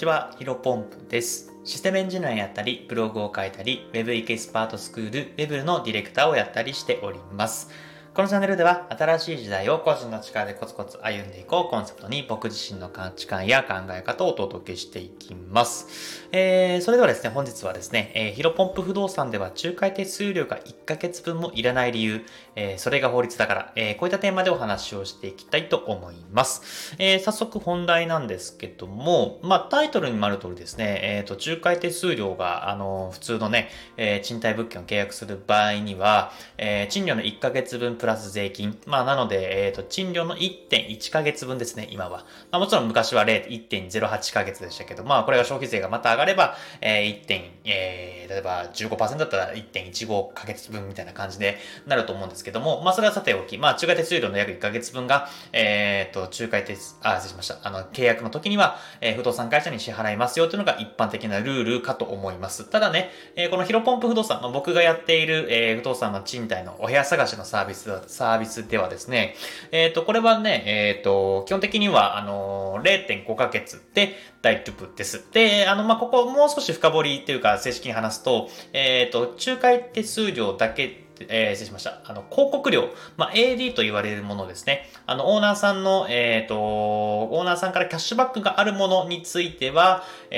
ちは、ヒロポンプです。システムエンジニアやったり、ブログを書いたり、Web エキスパートスクール、Web のディレクターをやったりしております。このチャンネルでは、新しい時代を個人の力でコツコツ歩んでいこうコンセプトに、僕自身の価値観や考え方をお届けしていきます。それではですね、本日はですね、ヒロポンプ不動産では仲介手数料が1ヶ月分もいらない理由、それが法律だから、こういったテーマでお話をしていきたいと思います。早速本題なんですけども、タイトルにもある通りですね、仲介手数料が、普通のね、賃貸物件を契約する場合には、賃料の1ヶ月分プラス税金。なので、賃料の 1.1 ヶ月分ですね、今は。もちろん昔は1.08 ヶ月でしたけど、これが消費税がまた上がれば、例えば 15% だったら 1.15 ヶ月分みたいな感じでなると思うんですけども、それはさておき、仲介手数料の約1ヶ月分が、失礼しました。契約の時には、不動産会社に支払いますよというのが一般的なルールかと思います。ただね、このヒロポンプ不動産、僕がやっている、不動産の賃貸のお部屋探しのサービスではですね、これはね、基本的には、0.5 ヶ月で大丈夫です。で、ここもう少し深掘りというか正式に話すと、仲介手数料だけ失礼しました。広告料、AD と言われるものですね。オーナーさんの、オーナーさんからキャッシュバックがあるものについては、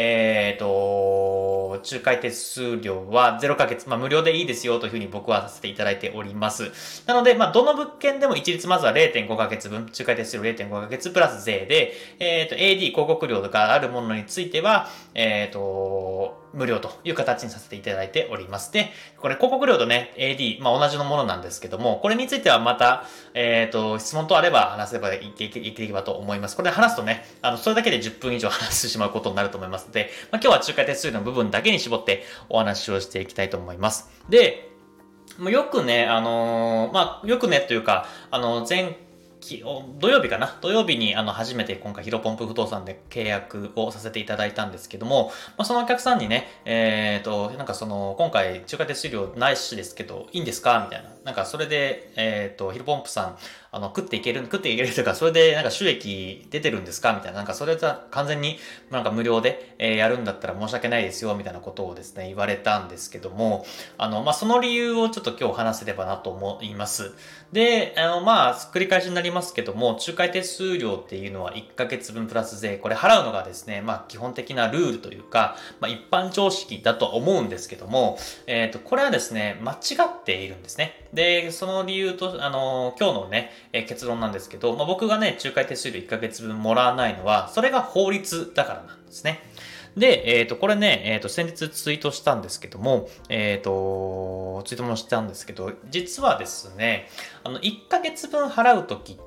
仲介手数料は0ヶ月、無料でいいですよというふうに僕はさせていただいております。なので、どの物件でも一律まずは 0.5 ヶ月分、仲介手数料 0.5 ヶ月プラス税で、AD 広告料があるものについては、無料という形にさせていただいております。で、これ広告料とね、AD、同じのものなんですけども、これについてはまた、質問等あれば話せばいければと思います。これ話すとね、それだけで10分以上話してしまうことになると思いますので、今日は仲介手数料の部分だけに絞ってお話をしていきたいと思います。で、よくね、よくねというか、土曜日かな土曜日に初めて今回ヒロポンプ不動産で契約をさせていただいたんですけども、そのお客さんにね、今回仲介手数料ないしですけど、いいんですかみたいな。それで、ヒロポンプさん、食っていけるというか、それで収益出てるんですかみたいな。それは完全に無料で、やるんだったら申し訳ないですよ、みたいなことをですね、言われたんですけども、その理由をちょっと今日話せればなと思います。で、繰り返しになりますけども、仲介手数料っていうのは1ヶ月分プラス税、これ払うのがですね、基本的なルールというか、一般常識だと思うんですけども、これはですね、間違っているんですね。で、その理由と、今日のね、結論なんですけど、僕がね、仲介手数料1ヶ月分もらわないのは、それが法律だからなんですね。で、これね、先日ツイートしたんですけども、ツイートもしたんですけど、実はですね、1ヶ月分払うときって、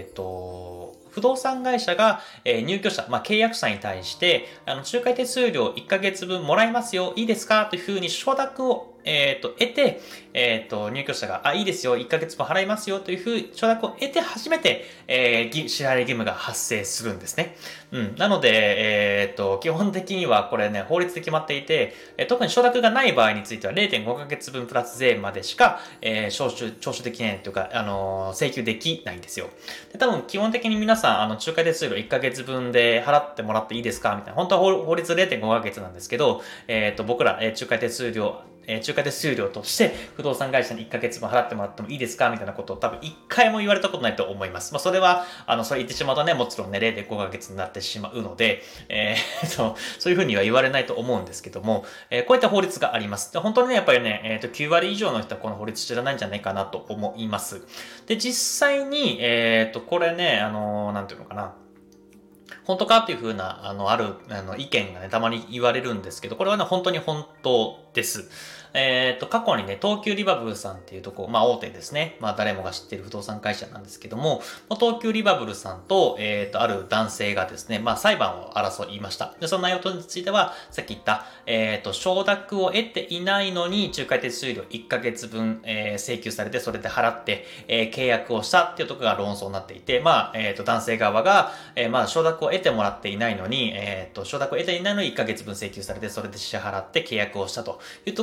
不動産会社が、入居者、契約者に対して、仲介手数料1ヶ月分もらいますよ、いいですかというふうに承諾を得て、入居者が、いいですよ、1ヶ月分払いますよというふうに承諾を得て初めて、支払い義務が発生するんですね。なので、基本的にはこれね、法律で決まっていて、特に承諾がない場合については 0.5 ヶ月分プラス税までしか、徴収できないというか、請求できないんですよ。で、多分基本的に皆さん、仲介手数料1ヶ月分で払ってもらっていいですかみたいな。本当は法律 0.5 ヶ月なんですけど、僕ら、仲介手数料として不動産会社に1ヶ月分払ってもらってもいいですかみたいなことを多分1回も言われたことないと思います。それは、それ言ってしまうとね、もちろんね、0.5 ヶ月になってしまうので、そういうふうには言われないと思うんですけども、こういった法律があります。で本当にね、やっぱりね、9割以上の人はこの法律知らないんじゃないかなと思います。で、実際に、これね、なんていうのかな。本当かっていう風な、意見がね、たまに言われるんですけど、これはね、本当に本当です。過去にね、東急リバブルさんっていうとこ、大手ですね。誰もが知っている不動産会社なんですけども、東急リバブルさんと、ある男性がですね、裁判を争いました。で、その内容については、さっき言った、承諾を得ていないのに、仲介手数料1ヶ月分、請求されて、それで払って、契約をしたっていうところが論争になっていて、男性側が、承諾を得てもらっていないのに、承諾を得ていないのに1ヶ月分請求されて、それで支払って契約をしたというところで、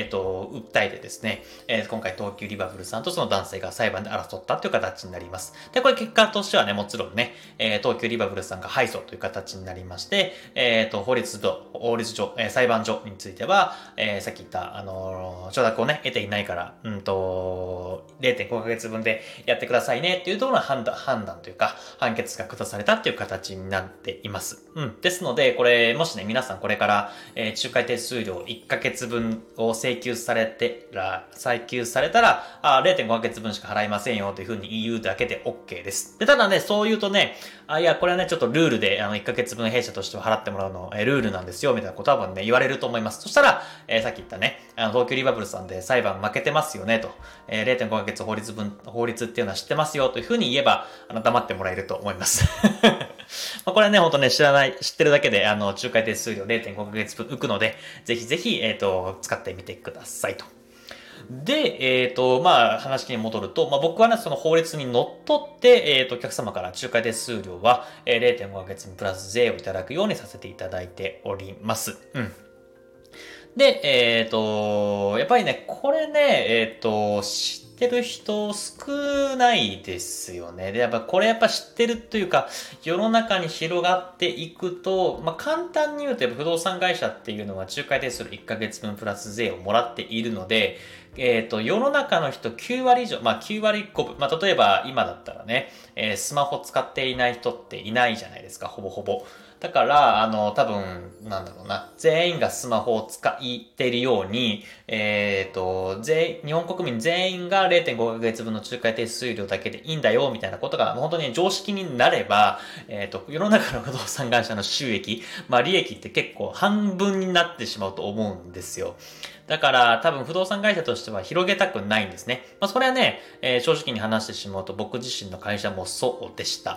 訴えてですね、今回東急リバブルさんとその男性が裁判で争ったという形になります。で、これ結果としてはね、もちろんね、東急リバブルさんが敗訴という形になりまして、法律上、裁判所については、さっき言った、承諾をね、得ていないから、0.5ヶ月分でやってくださいねっていうところの判断というか、判決が下されたっていう形になっています。ですので、これ、もしね、皆さんこれから、仲介手数料1ヶ月分を請求されたら、0.5ヶ月分しか払いませんよというふうに言うだけで OK です。で、ただね、そう言うとね、いや、これはね、ちょっとルールで、1ヶ月分弊社としては払ってもらうの、ルールなんですよ、みたいなことは多分ね、言われると思います。そしたら、さっき言ったね、東急リバブルさんで裁判負けてますよね、と。0.5ヶ月法律っていうのは知ってますよ、というふうに言えば、黙ってもらえると思います。これね、ほんとね、知ってるだけで、仲介手数料 0.5 ヶ月分浮くので、ぜひぜひ、使ってみてくださいと。で、話に戻ると、僕はね、その法律にのっとって、お客様から仲介手数料は、0.5 ヶ月分プラス税をいただくようにさせていただいております。で、やっぱりね、これね、知ってる人少ないですよね。で、やっぱ知ってるというか、世の中に広がっていくと、簡単に言うと、不動産会社っていうのは仲介手数料1ヶ月分プラス税をもらっているので、世の中の人9割以上、9割5分、例えば今だったらね、スマホ使っていない人っていないじゃないですか、ほぼほぼ。だから、多分、全員がスマホを使っているように、日本国民全員が 0.5 ヶ月分の仲介手数料だけでいいんだよ、みたいなことが、本当に常識になれば、世の中の不動産会社の収益、利益って結構半分になってしまうと思うんですよ。だから多分不動産会社としては広げたくないんですね。それはね、正直に話してしまうと僕自身の会社もそうでした。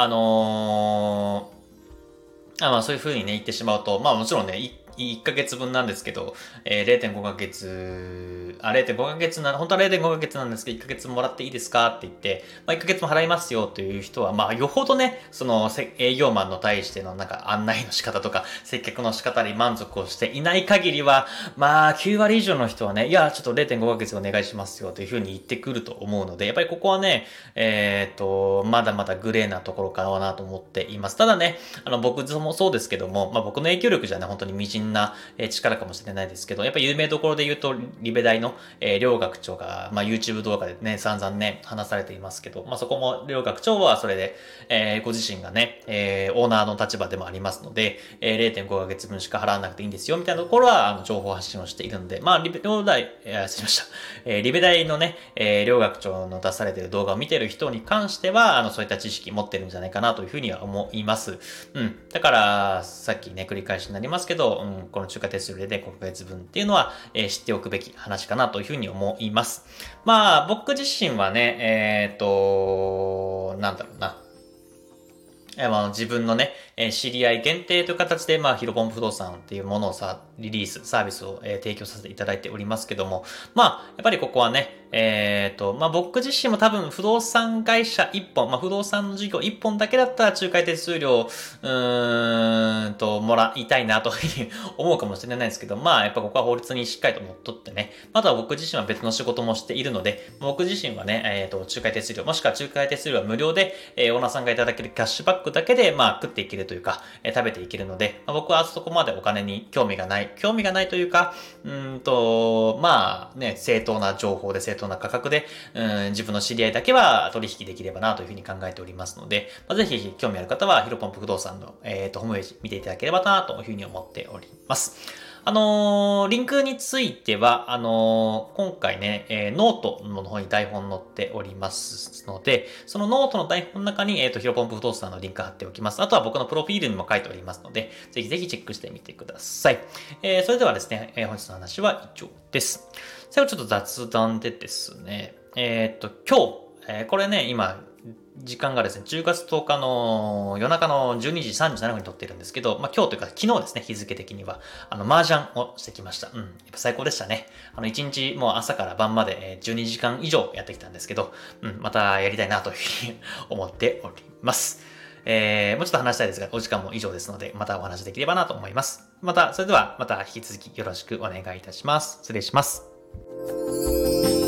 そういう風にね、言ってしまうと、もちろんね、1ヶ月分なんですけど、0.5ヶ月、0.5ヶ月本当は0.5ヶ月なんですけど、1ヶ月もらっていいですかって言って、1ヶ月も払いますよという人は、よほどね、その、営業マンの対しての案内の仕方とか、接客の仕方に満足をしていない限りは、9割以上の人はね、いや、ちょっと 0.5 ヶ月お願いしますよという風に言ってくると思うので、やっぱりここはね、まだまだグレーなところかなと思っています。ただね、僕もそうですけども、僕の影響力じゃね、本当に微塵な力かもしれないですけど、やっぱり有名どころで言うと、リベ大の両学長が、YouTube 動画でね、散々ね、話されていますけど、そこも両学長はそれで、ご自身がね、オーナーの立場でもありますので、0.5 ヶ月分しか払わなくていいんですよ、みたいなところは、情報発信をしているので、リベ大のね、両学長の出されている動画を見ている人に関しては、そういった知識持ってるんじゃないかなというふうには思います。だから、さっきね、繰り返しになりますけど、この仲介手数料で5ヶ月分っていうのは、知っておくべき話かなというふうに思います。僕自身はね、自分のね、知り合い限定という形で、ヒロポン不動産っていうものをサービスを、提供させていただいておりますけども、やっぱりここはね、僕自身も多分不動産会社1本、不動産の事業1本だけだったら仲介手数料、もらいたいなというふうに思うかもしれないですけど、やっぱここは法律にしっかりと乗っ取ってね、あとは僕自身は別の仕事もしているので、僕自身はね、仲介手数料、もしくは仲介手数料は無料で、オーナーさんがいただけるキャッシュバックだけで、食っていけるというか、食べていけるので、僕はそこまでお金に興味がないというか、正当な情報で正当な価格で、自分の知り合いだけは取引できればなというふうに考えておりますので、ぜひ興味ある方はヒロポンプ不動産の、ホームページ見ていただければなというふうに思っております。リンクについては、今回ね、ノートの方に台本載っておりますので、そのノートの台本の中に、ヒロポンプ不動産のリンク貼っておきます。あとは僕のプロフィールにも書いておりますので、ぜひぜひチェックしてみてください。それではですね、本日の話は以上です。最後ちょっと雑談でですね、今日、これね、今、時間がですね、10月10日の夜中の12時37分に撮っているんですけど、今日というか昨日ですね、日付的には、麻雀をしてきました。やっぱ最高でしたね。1日もう朝から晩まで12時間以上やってきたんですけど、またやりたいなというふうに思っております。 もうちょっと話したいですが、お時間も以上ですので、またお話できればなと思います。それではまた引き続きよろしくお願いいたします。失礼します。